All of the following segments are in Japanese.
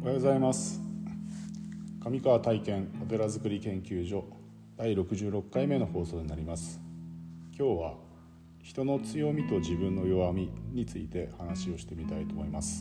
はようございます。上川体験お寺づくり研究所第66回目の放送になります。今日は人の強みと自分の弱みについて話をしてみたいと思います。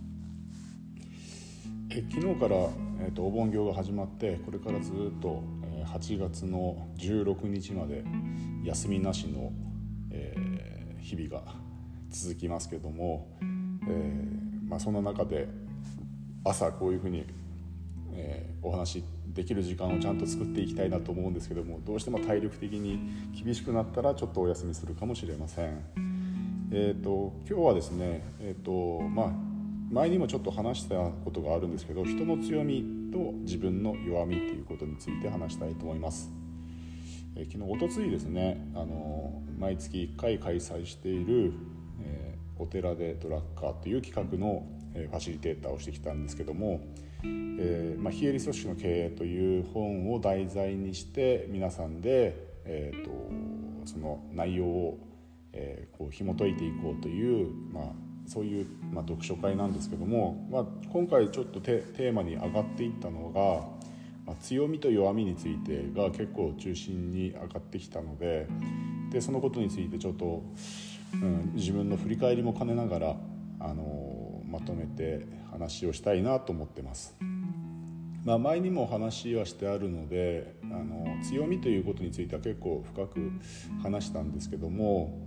昨日から、お盆行が始まって、これからずっと8月の16日まで休みなしの、日々が続きますけども、その中で朝こういうふうに、お話できる時間をちゃんと作っていきたいなと思うんですけども、どうしても体力的に厳しくなったらちょっとお休みするかもしれません。今日はですね、前にもちょっと話したことがあるんですけど、人の強みと自分の弱みということについて話したいと思います。昨日おとついですね、毎月1回開催している、お寺でドラッカーという企画のファシリテーターをしてきたんですけども、非営利組織の経営という本を題材にして皆さんで、その内容を、こう紐解いていこうという、そういう、読書会なんですけども、今回ちょっとテーマに上がっていったのが、強みと弱みについてが結構中心に上がってきたので、そのことについてちょっと、自分の振り返りも兼ねながらまとめて話をしたいなと思ってます。前にも話はしてあるので、強みということについては結構深く話したんですけども、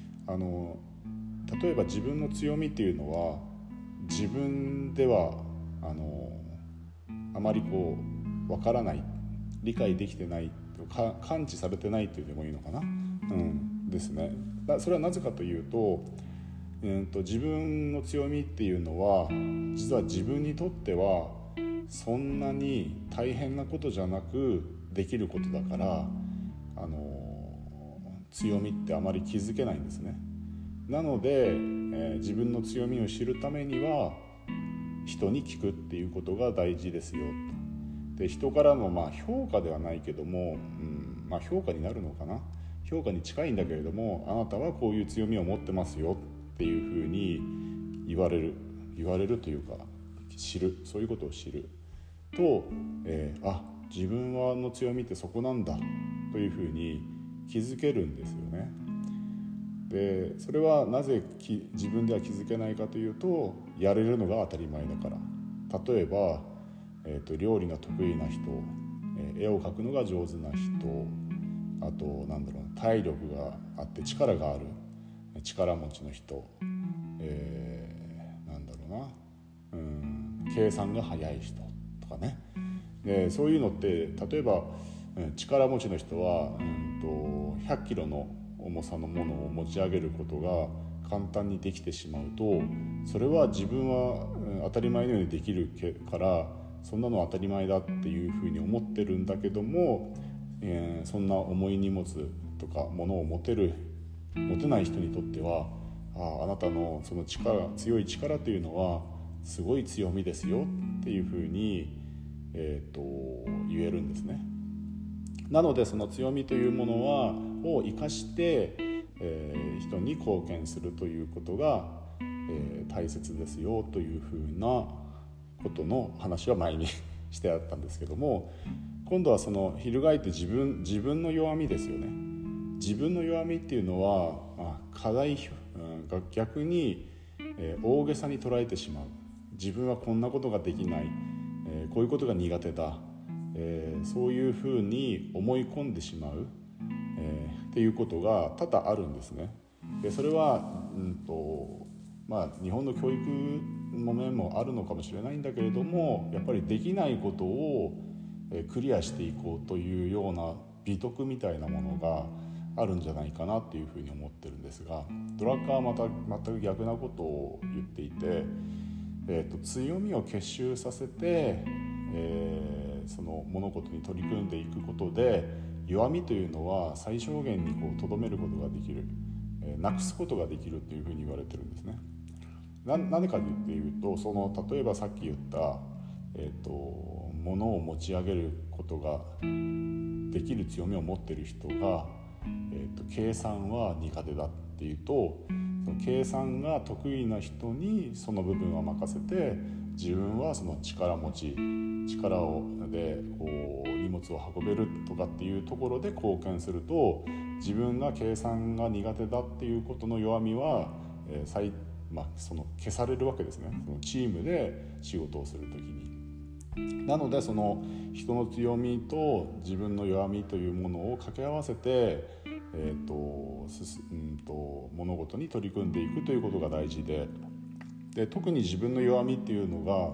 例えば自分の強みというのは自分ではあまりこう分からない、理解できてない、感知されてないというでもいいのかな、ですね。それはなぜかというと、自分の強みっていうのは実は自分にとってはそんなに大変なことじゃなくできることだから、強みってあまり気づけないんですね。なので、自分の強みを知るためには人に聞くっていうことが大事ですよと。で、人からの評価ではないけども、評価になるのかな、評価に近いんだけれども、あなたはこういう強みを持ってますよっていうふうに言われるというか、知る、そういうことを知ると、自分の強みってそこなんだというふうに気づけるんですよね。で、それはなぜ自分では気づけないかというと、やれるのが当たり前だから。例えば、料理が得意な人、絵を描くのが上手な人、あと体力があって力がある力持ちの人、計算が早い人とかね。で、そういうのって例えば力持ちの人は100キロの重さのものを持ち上げることが簡単にできてしまうと、それは自分は当たり前のようにできるからそんなの当たり前だっていうふうに思ってるんだけども、そんな重い荷物とか物を持てない人にとっては、あなたのその強い力というのはすごい強みですよっていうふうに、言えるんですね。なのでその強みというものを生かして、人に貢献するということが、大切ですよというふうなことの話は前にしてあったんですけども、今度はその翻って自分の弱みですよね。自分の弱みっていうのは、課題が逆に、大げさに捉えてしまう。自分はこんなことができない、こういうことが苦手だ、そういうふうに思い込んでしまう、っていうことが多々あるんですね。で、それは、日本の教育の面もあるのかもしれないんだけれども、やっぱりできないことをクリアしていこうというような美徳みたいなものがあるんじゃないかなっていうふうに思ってるんですが、ドラッカーはまた全く逆なことを言っていて、強みを結集させて、その物事に取り組んでいくことで、弱みというのは最小限に留めることができる、なくすことができるというふうに言われてるんですね。なんでかというと、例えばさっき言った、物を持ち上げることができる強みを持っている人が、計算は苦手だっていうと、その計算が得意な人にその部分は任せて、 自分はその力でこう荷物を運べるとかっていうところで貢献すると、自分が計算が苦手だっていうことの弱みは、その消されるわけですね、そのチームで仕事をするときに。なのでその人の強みと自分の弱みというものを掛け合わせて、物事に取り組んでいくということが大事で、特に自分の弱みっていうのが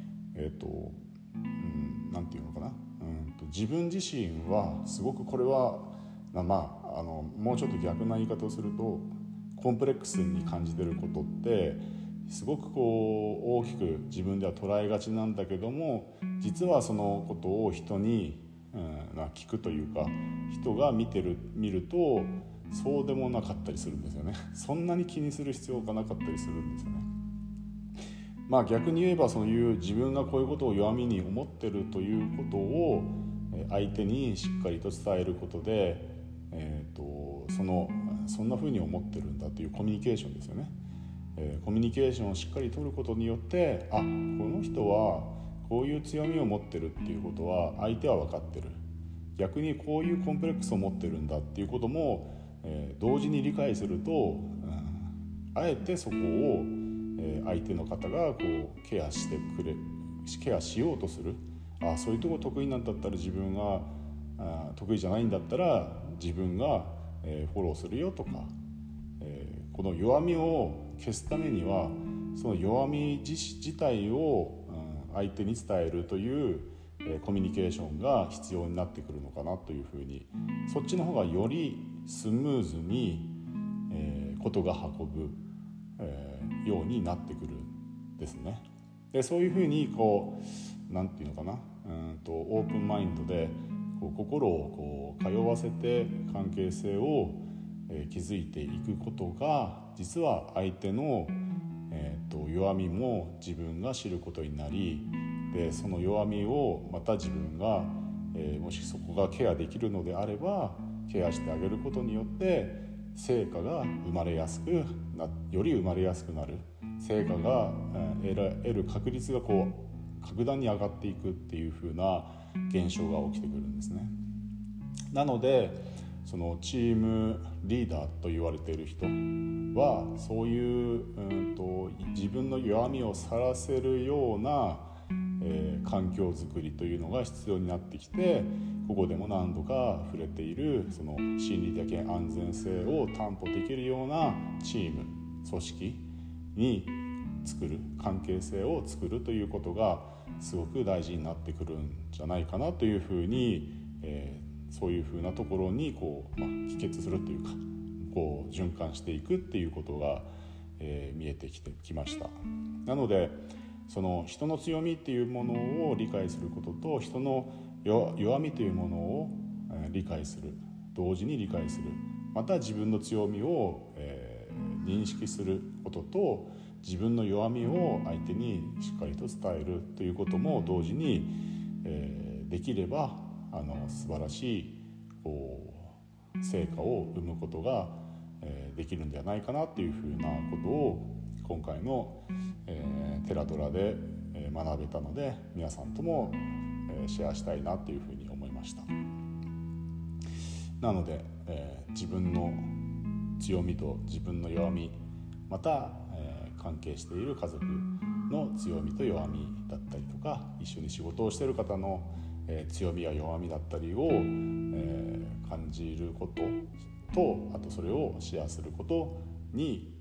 なんていうのかな、自分自身はすごくこれはもうちょっと逆な言い方をするとコンプレックスに感じてることってすごくこう大きく自分では捉えがちなんだけども、実はそのことを人に、聞くというか人が見るとそうでもなかったりするんですよね。そんなに気にする必要がなかったりするんですよね。逆に言えばそういう自分がこういうことを弱みに思ってるということを相手にしっかりと伝えることで、そんな風に思ってるんだというコミュニケーションですよね。コミュニケーションをしっかり取ることによって、この人はこういう強みを持ってるっていうことは相手は分かってる、逆にこういうコンプレックスを持ってるんだっていうことも、同時に理解すると、あえてそこを相手の方がこうケアしようとする。そういうとこ得意なんだったら自分が得意じゃないんだったら自分がフォローするよとか、この弱みを消すためにはその弱み自体を相手に伝えるというコミュニケーションが必要になってくるのかなというふうに、そっちの方がよりスムーズにことが運ぶようになってくるんですね。でそういうふうになんていうのかな、オープンマインドで心を通わせて関係性を築いていくことが、実は相手の弱みも自分が知ることになり、でその弱みをまた自分がもしそこがケアできるのであればケアしてあげることによって成果がより生まれやすくなる、成果が得る確率が格段に上がっていくっていう風な現象が起きてくるんですね。なのでそのチームリーダーと言われている人はそういう自分の弱みをさらせるような環境づくりというのが必要になってきて、ここでも何度か触れているその心理的安全性を担保できるようなチーム組織に作る、関係性を作るということがすごく大事になってくるんじゃないかなというふうに、そういうふうなところに帰結するというか循環していくっていうことが、見えてきました。なのでその人の強みっていうものを理解することと人の弱みというものを理解する、同時に理解する、また自分の強みを認識することと自分の弱みを相手にしっかりと伝えるということも同時にできれば素晴らしい成果を生むことができるんではないかなというふうなことを今回のテラドラで学べたので、皆さんともシェアしたいなというふうに思いました。なので自分の強みと自分の弱み、また関係している家族の強みと弱みだったりとか、一緒に仕事をしている方の強みや弱みだったりを感じることと、あとそれをシェアすることに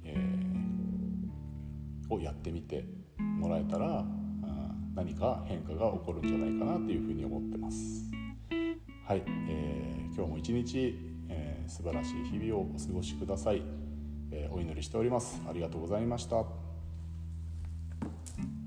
をやってみてもらえたら何か変化が起こるんじゃないかなというふうに思ってます。はい、今日も一日、素晴らしい日々をお過ごしください。お祈りしております。ありがとうございました。